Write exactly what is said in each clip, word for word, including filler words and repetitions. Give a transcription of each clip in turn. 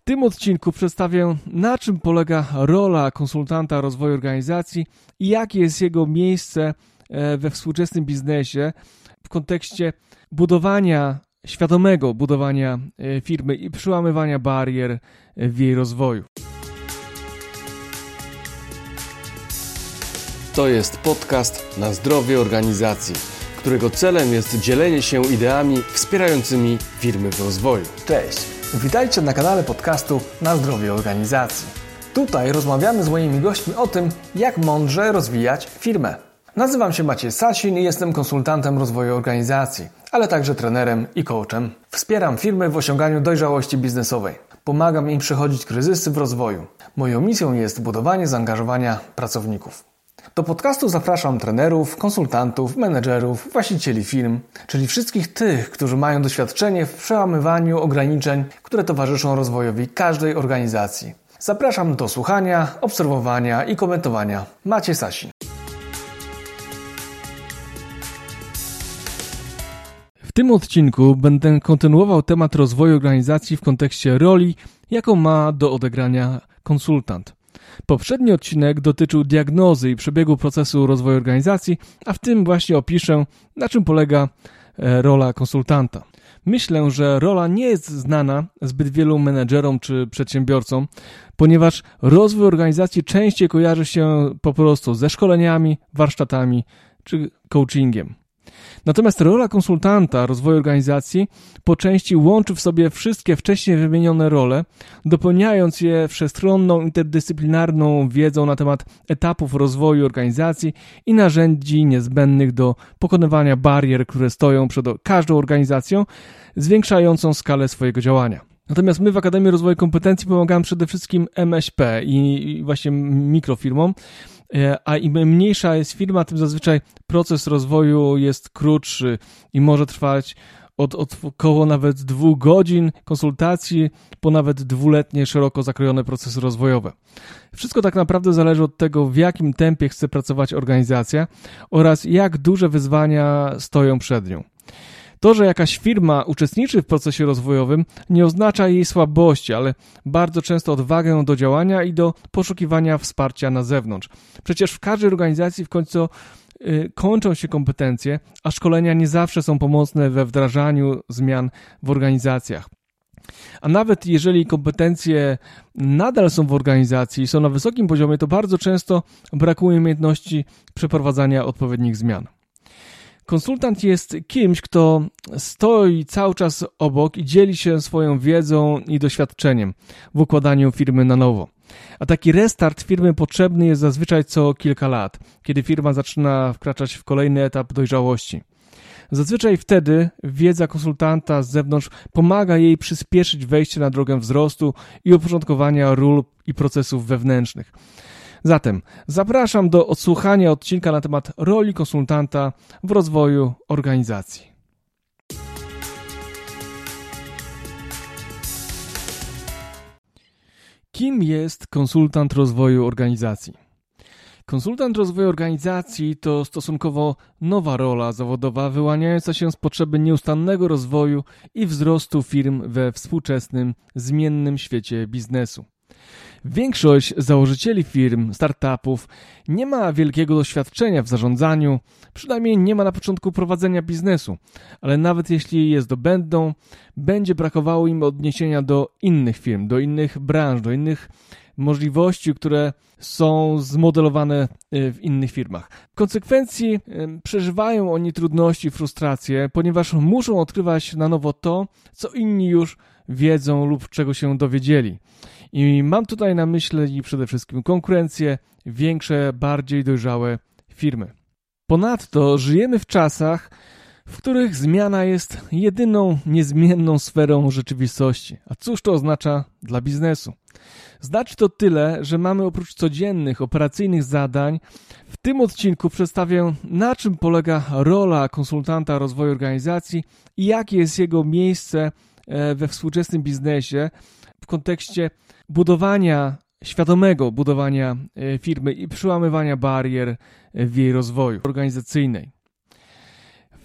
tym odcinku przedstawię, na czym polega rola konsultanta rozwoju organizacji i jakie jest jego miejsce we współczesnym biznesie w kontekście budowania, świadomego budowania firmy i przełamywania barier w jej rozwoju. To jest podcast na zdrowie organizacji, którego celem jest dzielenie się ideami wspierającymi firmy w rozwoju. Cześć, witajcie na kanale podcastu Na zdrowie organizacji. Tutaj rozmawiamy z moimi gośćmi o tym, jak mądrze rozwijać firmę. Nazywam się Maciej Sasin i jestem konsultantem rozwoju organizacji, ale także trenerem i coachem. Wspieram firmy w osiąganiu dojrzałości biznesowej. Pomagam im przechodzić kryzysy w rozwoju. Moją misją jest budowanie zaangażowania pracowników. Do podcastu zapraszam trenerów, konsultantów, menedżerów, właścicieli firm, czyli wszystkich tych, którzy mają doświadczenie w przełamywaniu ograniczeń, które towarzyszą rozwojowi każdej organizacji. Zapraszam do słuchania, obserwowania i komentowania. Maciej Sasin. W tym odcinku będę kontynuował temat rozwoju organizacji w kontekście roli, jaką ma do odegrania konsultant. Poprzedni odcinek dotyczył diagnozy i przebiegu procesu rozwoju organizacji, a w tym właśnie opiszę, na czym polega rola konsultanta. Myślę, że rola nie jest znana zbyt wielu menedżerom czy przedsiębiorcom, ponieważ rozwój organizacji częściej kojarzy się po prostu ze szkoleniami, warsztatami czy coachingiem. Natomiast rola konsultanta rozwoju organizacji po części łączy w sobie wszystkie wcześniej wymienione role, dopełniając je wszechstronną, interdyscyplinarną wiedzą na temat etapów rozwoju organizacji i narzędzi niezbędnych do pokonywania barier, które stoją przed każdą organizacją, zwiększającą skalę swojego działania. Natomiast my w Akademii Rozwoju Kompetencji pomagamy przede wszystkim M S P i właśnie mikrofirmom, a im mniejsza jest firma, tym zazwyczaj proces rozwoju jest krótszy i może trwać od, od około nawet dwóch godzin konsultacji po nawet dwuletnie, szeroko zakrojone procesy rozwojowe. Wszystko tak naprawdę zależy od tego, w jakim tempie chce pracować organizacja oraz jak duże wyzwania stoją przed nią. To, że jakaś firma uczestniczy w procesie rozwojowym, nie oznacza jej słabości, ale bardzo często odwagę do działania i do poszukiwania wsparcia na zewnątrz. Przecież w każdej organizacji w końcu y, kończą się kompetencje, a szkolenia nie zawsze są pomocne we wdrażaniu zmian w organizacjach. A nawet jeżeli kompetencje nadal są w organizacji i są na wysokim poziomie, to bardzo często brakuje umiejętności przeprowadzania odpowiednich zmian. Konsultant jest kimś, kto stoi cały czas obok i dzieli się swoją wiedzą i doświadczeniem w układaniu firmy na nowo. A taki restart firmy potrzebny jest zazwyczaj co kilka lat, kiedy firma zaczyna wkraczać w kolejny etap dojrzałości. Zazwyczaj wtedy wiedza konsultanta z zewnątrz pomaga jej przyspieszyć wejście na drogę wzrostu i uporządkowania ról i procesów wewnętrznych. Zatem zapraszam do odsłuchania odcinka na temat roli konsultanta w rozwoju organizacji. Kim jest konsultant rozwoju organizacji? Konsultant rozwoju organizacji to stosunkowo nowa rola zawodowa wyłaniająca się z potrzeby nieustannego rozwoju i wzrostu firm we współczesnym, zmiennym świecie biznesu. Większość założycieli firm, startupów nie ma wielkiego doświadczenia w zarządzaniu, przynajmniej nie ma na początku prowadzenia biznesu, ale nawet jeśli je zdobędą, będzie brakowało im odniesienia do innych firm, do innych branż, do innych możliwości, które są zmodelowane w innych firmach. W konsekwencji przeżywają oni trudności, frustracje, ponieważ muszą odkrywać na nowo to, co inni już wiedzą lub czego się dowiedzieli. I mam tutaj na myśli przede wszystkim konkurencję, większe, bardziej dojrzałe firmy. Ponadto żyjemy w czasach, w których zmiana jest jedyną niezmienną sferą rzeczywistości. A cóż to oznacza dla biznesu? Znaczy to tyle, że mamy oprócz codziennych, operacyjnych zadań, w tym odcinku przedstawię, na czym polega rola konsultanta rozwoju organizacji i jakie jest jego miejsce we współczesnym biznesie w kontekście budowania, świadomego budowania firmy i przełamywania barier w jej rozwoju organizacyjnej.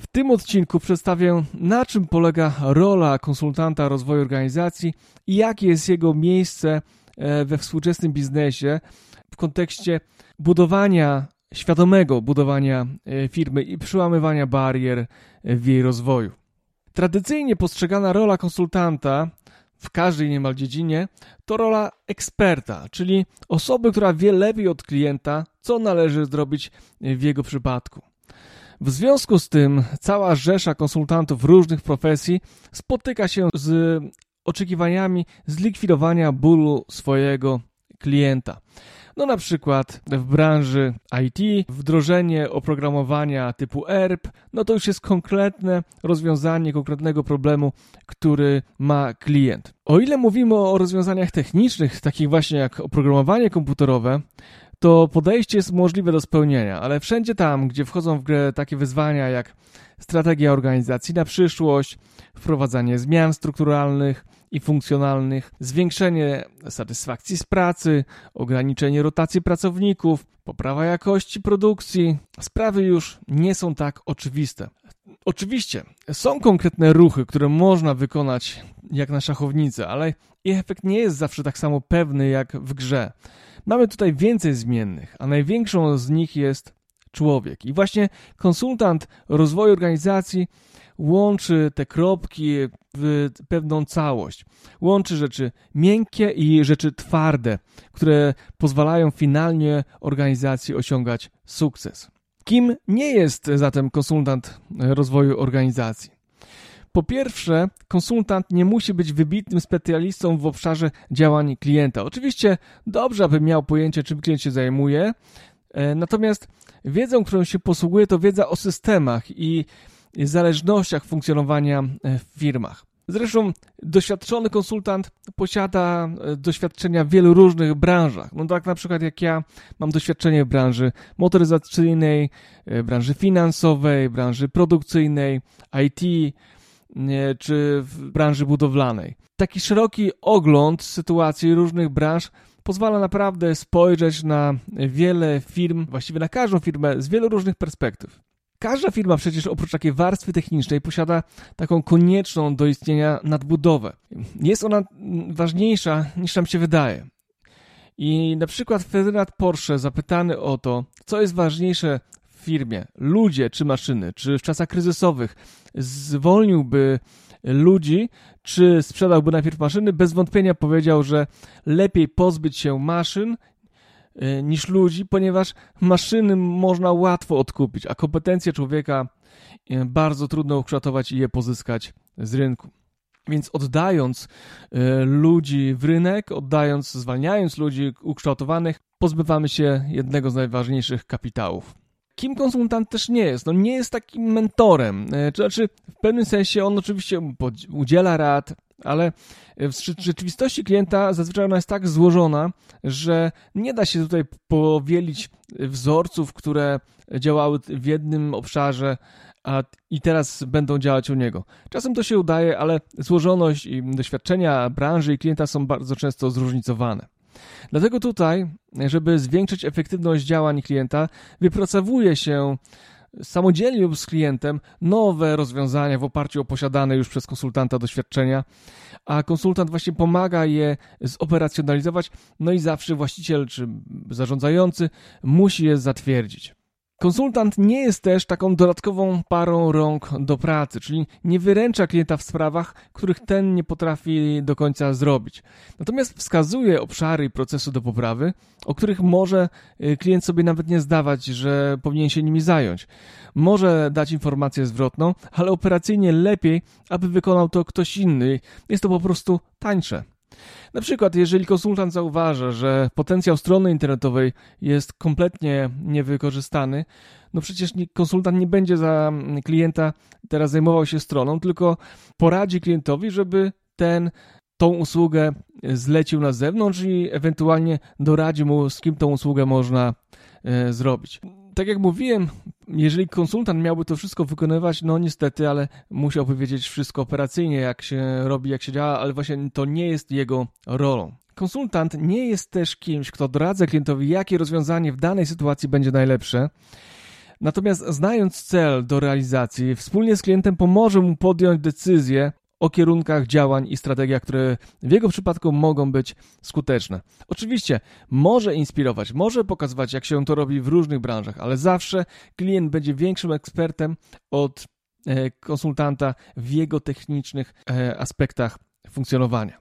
W tym odcinku przedstawię, na czym polega rola konsultanta rozwoju organizacji i jakie jest jego miejsce we współczesnym biznesie w kontekście budowania, świadomego budowania firmy i przełamywania barier w jej rozwoju. Tradycyjnie postrzegana rola konsultanta w każdej niemal dziedzinie to rola eksperta, czyli osoby, która wie lepiej od klienta, co należy zrobić w jego przypadku. W związku z tym cała rzesza konsultantów różnych profesji spotyka się z oczekiwaniami zlikwidowania bólu swojego klienta. No na przykład w branży I T wdrożenie oprogramowania typu E R P, no to już jest konkretne rozwiązanie konkretnego problemu, który ma klient. O ile mówimy o rozwiązaniach technicznych, takich właśnie jak oprogramowanie komputerowe, to podejście jest możliwe do spełnienia, ale wszędzie tam, gdzie wchodzą w grę takie wyzwania jak strategia organizacji na przyszłość, wprowadzanie zmian strukturalnych i funkcjonalnych, zwiększenie satysfakcji z pracy, ograniczenie rotacji pracowników, poprawa jakości produkcji, sprawy już nie są tak oczywiste. Oczywiście są konkretne ruchy, które można wykonać jak na szachownicy, ale ich efekt nie jest zawsze tak samo pewny jak w grze. Mamy tutaj więcej zmiennych, a największą z nich jest człowiek. I właśnie konsultant rozwoju organizacji łączy te kropki w pewną całość. Łączy rzeczy miękkie i rzeczy twarde, które pozwalają finalnie organizacji osiągać sukces. Kim nie jest zatem konsultant rozwoju organizacji? Po pierwsze, konsultant nie musi być wybitnym specjalistą w obszarze działań klienta. Oczywiście dobrze, aby miał pojęcie, czym klient się zajmuje, natomiast wiedzą, którą się posługuje, to wiedza o systemach i zależnościach funkcjonowania w firmach. Zresztą doświadczony konsultant posiada doświadczenia w wielu różnych branżach. No tak na przykład jak ja mam doświadczenie w branży motoryzacyjnej, branży finansowej, branży produkcyjnej, I T czy w branży budowlanej. Taki szeroki ogląd sytuacji różnych branż pozwala naprawdę spojrzeć na wiele firm, właściwie na każdą firmę z wielu różnych perspektyw. Każda firma przecież oprócz takiej warstwy technicznej posiada taką konieczną do istnienia nadbudowę. Jest ona ważniejsza niż nam się wydaje. I na przykład Ferdynand Porsche zapytany o to, co jest ważniejsze w firmie, ludzie czy maszyny, czy w czasach kryzysowych zwolniłby ludzi, czy sprzedałby najpierw maszyny, bez wątpienia powiedział, że lepiej pozbyć się maszyn niż ludzi, ponieważ maszyny można łatwo odkupić, a kompetencje człowieka bardzo trudno ukształtować i je pozyskać z rynku. Więc oddając ludzi w rynek, oddając, zwalniając ludzi ukształtowanych, pozbywamy się jednego z najważniejszych kapitałów. Kim konsultant też nie jest? No nie jest takim mentorem. To znaczy, w pewnym sensie on oczywiście udziela rad, ale w rzeczywistości klienta zazwyczaj ona jest tak złożona, że nie da się tutaj powielić wzorców, które działały w jednym obszarze a i teraz będą działać u niego. Czasem to się udaje, ale złożoność i doświadczenia branży i klienta są bardzo często zróżnicowane. Dlatego tutaj, żeby zwiększyć efektywność działań klienta, wypracowuje się samodzielnie lub z klientem nowe rozwiązania w oparciu o posiadane już przez konsultanta doświadczenia, a konsultant właśnie pomaga je zoperacjonalizować, no i zawsze właściciel czy zarządzający musi je zatwierdzić. Konsultant nie jest też taką dodatkową parą rąk do pracy, czyli nie wyręcza klienta w sprawach, których ten nie potrafi do końca zrobić. Natomiast wskazuje obszary i procesy do poprawy, o których może klient sobie nawet nie zdawać, że powinien się nimi zająć. Może dać informację zwrotną, ale operacyjnie lepiej, aby wykonał to ktoś inny. Jest to po prostu tańsze. Na przykład, jeżeli konsultant zauważa, że potencjał strony internetowej jest kompletnie niewykorzystany, no przecież konsultant nie będzie za klienta teraz zajmował się stroną, tylko poradzi klientowi, żeby ten tą usługę zlecił na zewnątrz i ewentualnie doradzi mu, z kim tą usługę można e, zrobić. Tak jak mówiłem, jeżeli konsultant miałby to wszystko wykonywać, no niestety, ale musiałby wiedzieć wszystko operacyjnie, jak się robi, jak się działa, ale właśnie to nie jest jego rolą. Konsultant nie jest też kimś, kto doradza klientowi, jakie rozwiązanie w danej sytuacji będzie najlepsze. Natomiast znając cel do realizacji, wspólnie z klientem pomoże mu podjąć decyzję o kierunkach działań i strategiach, które w jego przypadku mogą być skuteczne. Oczywiście może inspirować, może pokazywać, jak się to robi w różnych branżach, ale zawsze klient będzie większym ekspertem od konsultanta w jego technicznych aspektach funkcjonowania.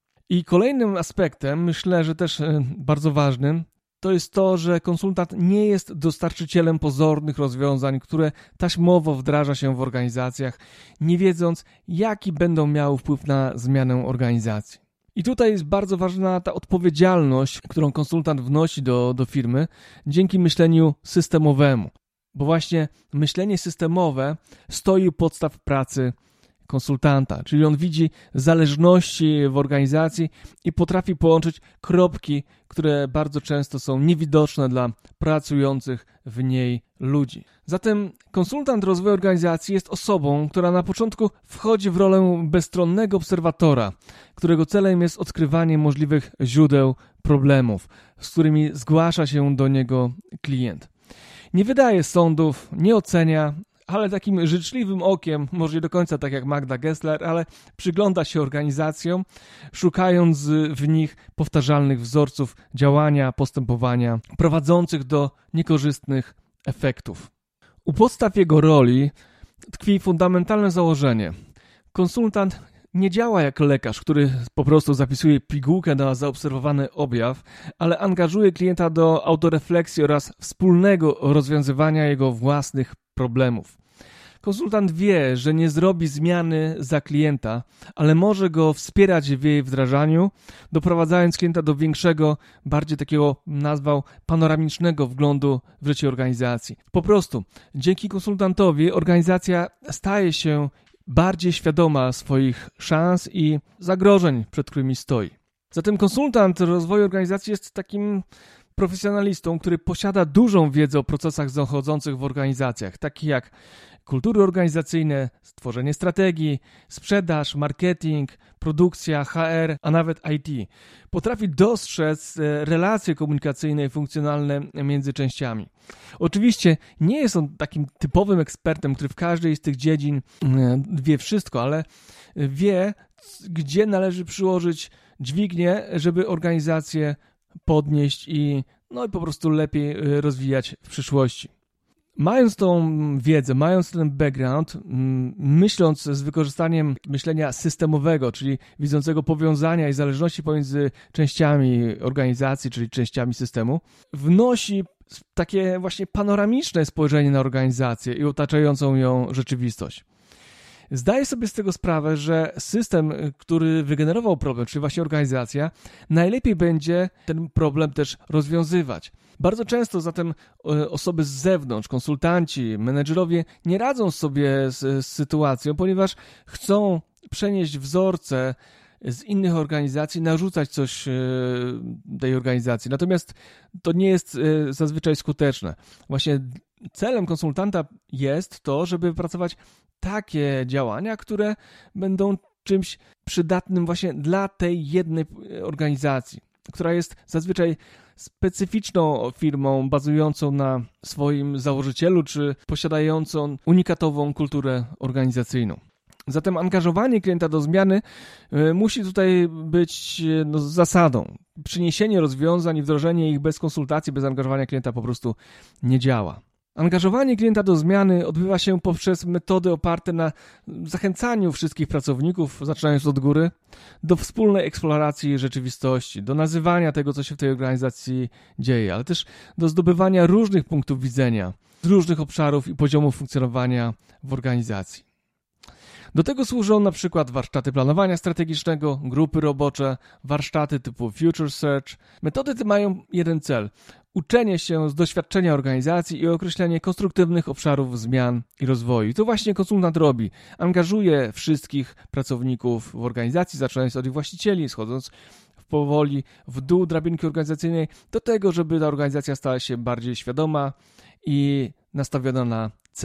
I kolejnym aspektem, myślę, że też bardzo ważnym, to jest to, że konsultant nie jest dostarczycielem pozornych rozwiązań, które taśmowo wdraża się w organizacjach, nie wiedząc, jaki będą miały wpływ na zmianę organizacji. I tutaj jest bardzo ważna ta odpowiedzialność, którą konsultant wnosi do, do firmy dzięki myśleniu systemowemu. Bo właśnie myślenie systemowe stoi u podstaw pracy konsultanta, czyli on widzi zależności w organizacji i potrafi połączyć kropki, które bardzo często są niewidoczne dla pracujących w niej ludzi. Zatem konsultant rozwoju organizacji jest osobą, która na początku wchodzi w rolę bezstronnego obserwatora, którego celem jest odkrywanie możliwych źródeł problemów, z którymi zgłasza się do niego klient. Nie wydaje sądów, nie ocenia, ale takim życzliwym okiem, może nie do końca tak jak Magda Gessler, ale przygląda się organizacjom, szukając w nich powtarzalnych wzorców działania, postępowania, prowadzących do niekorzystnych efektów. U podstaw jego roli tkwi fundamentalne założenie. Konsultant nie działa jak lekarz, który po prostu zapisuje pigułkę na zaobserwowany objaw, ale angażuje klienta do autorefleksji oraz wspólnego rozwiązywania jego własnych problemów. Konsultant wie, że nie zrobi zmiany za klienta, ale może go wspierać w jej wdrażaniu, doprowadzając klienta do większego, bardziej takiego, nazwał, panoramicznego wglądu w życie organizacji. Po prostu, dzięki konsultantowi organizacja staje się bardziej świadoma swoich szans i zagrożeń, przed którymi stoi. Zatem konsultant rozwoju organizacji jest takim profesjonalistą, który posiada dużą wiedzę o procesach zachodzących w organizacjach, takich jak kultury organizacyjne, stworzenie strategii, sprzedaż, marketing, produkcja, H R, a nawet I T. Potrafi dostrzec relacje komunikacyjne i funkcjonalne między częściami. Oczywiście nie jest on takim typowym ekspertem, który w każdej z tych dziedzin wie wszystko, ale wie, gdzie należy przyłożyć dźwignię, żeby organizację podnieść i, no i po prostu lepiej rozwijać w przyszłości. Mając tą wiedzę, mając ten background, myśląc z wykorzystaniem myślenia systemowego, czyli widzącego powiązania i zależności pomiędzy częściami organizacji, czyli częściami systemu, wnosi takie właśnie panoramiczne spojrzenie na organizację i otaczającą ją rzeczywistość. Zdaję sobie z tego sprawę, że system, który wygenerował problem, czyli właśnie organizacja, najlepiej będzie ten problem też rozwiązywać. Bardzo często zatem osoby z zewnątrz, konsultanci, menedżerowie nie radzą sobie z, z sytuacją, ponieważ chcą przenieść wzorce z innych organizacji, narzucać coś tej organizacji. Natomiast to nie jest zazwyczaj skuteczne. Właśnie celem konsultanta jest to, żeby wypracować takie działania, które będą czymś przydatnym właśnie dla tej jednej organizacji, która jest zazwyczaj specyficzną firmą bazującą na swoim założycielu czy posiadającą unikatową kulturę organizacyjną. Zatem angażowanie klienta do zmiany musi tutaj być no, zasadą. Przyniesienie rozwiązań i wdrożenie ich bez konsultacji, bez angażowania klienta po prostu nie działa. Angażowanie klienta do zmiany odbywa się poprzez metody oparte na zachęcaniu wszystkich pracowników, zaczynając od góry, do wspólnej eksploracji rzeczywistości, do nazywania tego, co się w tej organizacji dzieje, ale też do zdobywania różnych punktów widzenia z różnych obszarów i poziomów funkcjonowania w organizacji. Do tego służą na przykład warsztaty planowania strategicznego, grupy robocze, warsztaty typu Future Search. Metody te mają jeden cel – uczenie się z doświadczenia organizacji i określenie konstruktywnych obszarów zmian i rozwoju. I to właśnie konsultant robi. Angażuje wszystkich pracowników w organizacji, zaczynając od ich właścicieli, schodząc powoli w dół drabinki organizacyjnej, do tego, żeby ta organizacja stała się bardziej świadoma i nastawiona na cel.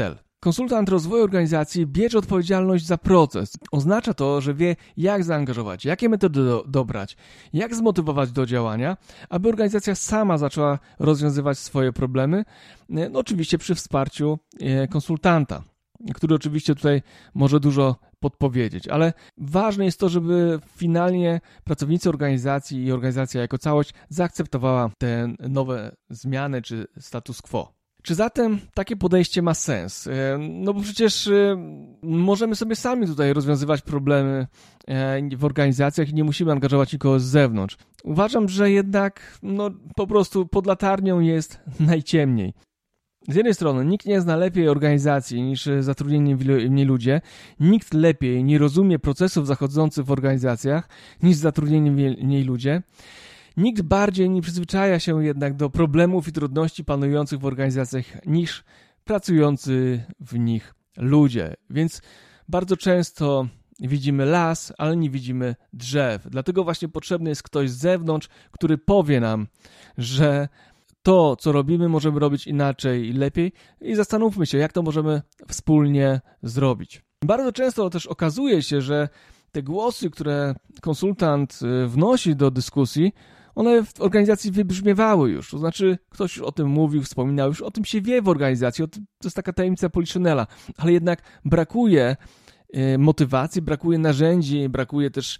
Konsultant rozwoju organizacji bierze odpowiedzialność za proces. Oznacza to, że wie, jak zaangażować, jakie metody do, dobrać, jak zmotywować do działania, aby organizacja sama zaczęła rozwiązywać swoje problemy, no oczywiście przy wsparciu konsultanta, który oczywiście tutaj może dużo podpowiedzieć, ale ważne jest to, żeby finalnie pracownicy organizacji i organizacja jako całość zaakceptowała te nowe zmiany czy status quo. Czy zatem takie podejście ma sens? No bo przecież możemy sobie sami tutaj rozwiązywać problemy w organizacjach i nie musimy angażować nikogo z zewnątrz. Uważam, że jednak no, po prostu pod latarnią jest najciemniej. Z jednej strony nikt nie zna lepiej organizacji niż zatrudnieni w niej ludzie, nikt lepiej nie rozumie procesów zachodzących w organizacjach niż zatrudnieni w niej ludzie, nikt bardziej nie przyzwyczaja się jednak do problemów i trudności panujących w organizacjach niż pracujący w nich ludzie. Więc bardzo często widzimy las, ale nie widzimy drzew. Dlatego właśnie potrzebny jest ktoś z zewnątrz, który powie nam, że to, co robimy, możemy robić inaczej i lepiej i zastanówmy się, jak to możemy wspólnie zrobić. Bardzo często też okazuje się, że te głosy, które konsultant wnosi do dyskusji, one w organizacji wybrzmiewały już, to znaczy ktoś już o tym mówił, wspominał, już o tym się wie w organizacji, to jest taka tajemnica Poliszynela, ale jednak brakuje motywacji, brakuje narzędzi, brakuje też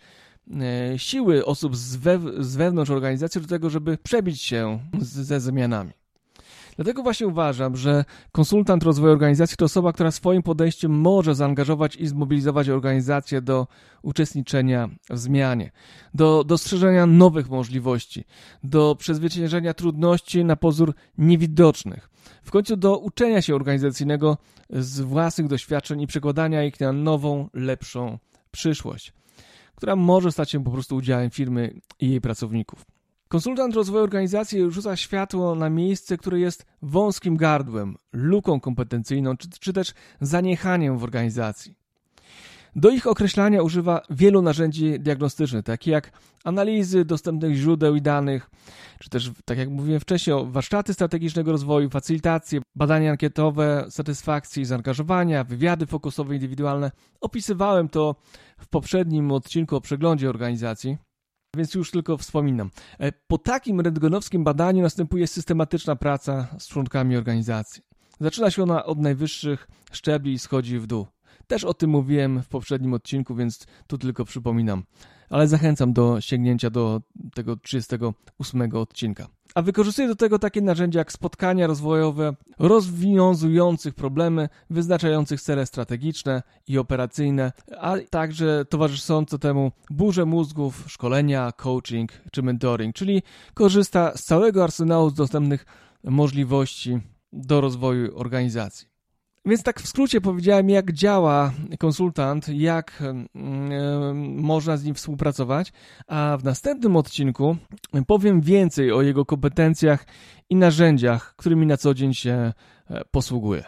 siły osób z, we, z wewnątrz organizacji do tego, żeby przebić się z, ze zmianami. Dlatego właśnie uważam, że konsultant rozwoju organizacji to osoba, która swoim podejściem może zaangażować i zmobilizować organizację do uczestniczenia w zmianie, do dostrzeżenia nowych możliwości, do przezwyciężenia trudności na pozór niewidocznych, w końcu do uczenia się organizacyjnego z własnych doświadczeń i przekładania ich na nową, lepszą przyszłość, która może stać się po prostu udziałem firmy i jej pracowników. Konsultant rozwoju organizacji rzuca światło na miejsce, które jest wąskim gardłem, luką kompetencyjną, czy, czy też zaniechaniem w organizacji. Do ich określania używa wielu narzędzi diagnostycznych, takich jak analizy dostępnych źródeł i danych, czy też, tak jak mówiłem wcześniej, warsztaty strategicznego rozwoju, facylitacje, badania ankietowe, satysfakcji, zaangażowania, wywiady fokusowe, indywidualne. Opisywałem to w poprzednim odcinku o przeglądzie organizacji, więc już tylko wspominam. Po takim rentgenowskim badaniu następuje systematyczna praca z członkami organizacji. Zaczyna się ona od najwyższych szczebli i schodzi w dół. Też o tym mówiłem w poprzednim odcinku, więc tu tylko przypominam. Ale zachęcam do sięgnięcia do tego trzydziestego ósmego odcinka. A wykorzystuję do tego takie narzędzia jak spotkania rozwojowe, rozwiązujących problemy, wyznaczających cele strategiczne i operacyjne, a także towarzyszące temu burze mózgów, szkolenia, coaching czy mentoring, czyli korzysta z całego arsenału z dostępnych możliwości do rozwoju organizacji. Więc tak w skrócie powiedziałem, jak działa konsultant, jak yy, można z nim współpracować, a w następnym odcinku powiem więcej o jego kompetencjach i narzędziach, którymi na co dzień się posługuje.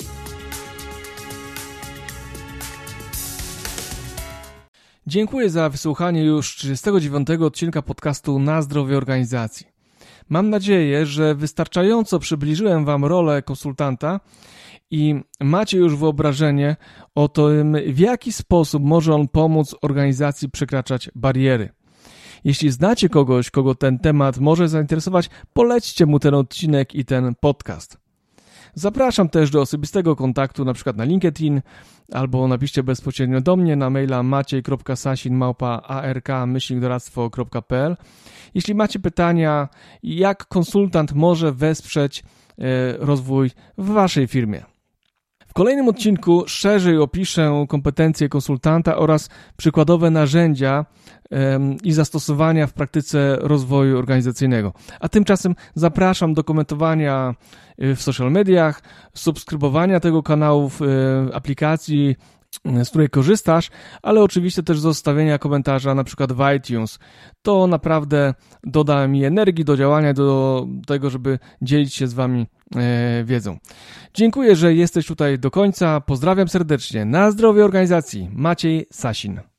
Dziękuję za wysłuchanie już trzydziestego dziewiątego odcinka podcastu Na zdrowie organizacji. Mam nadzieję, że wystarczająco przybliżyłem Wam rolę konsultanta i macie już wyobrażenie o tym, w jaki sposób może on pomóc organizacji przekraczać bariery. Jeśli znacie kogoś, kogo ten temat może zainteresować, polećcie mu ten odcinek i ten podcast. Zapraszam też do osobistego kontaktu, na przykład na LinkedIn, albo napiszcie bezpośrednio do mnie na maila maciej kropka sasin małpa a r k myślnik doradztwo kropka p l. Jeśli macie pytania, jak konsultant może wesprzeć rozwój w Waszej firmie. W kolejnym odcinku szerzej opiszę kompetencje konsultanta oraz przykładowe narzędzia ym, i zastosowania w praktyce rozwoju organizacyjnego. A tymczasem zapraszam do komentowania w social mediach, subskrybowania tego kanału w y, aplikacji, z której korzystasz, ale oczywiście też zostawienia komentarza na przykład w iTunes. To naprawdę doda mi energii do działania, do tego, żeby dzielić się z Wami e, wiedzą. Dziękuję, że jesteś tutaj do końca. Pozdrawiam serdecznie. Na zdrowie organizacji. Maciej Sasin.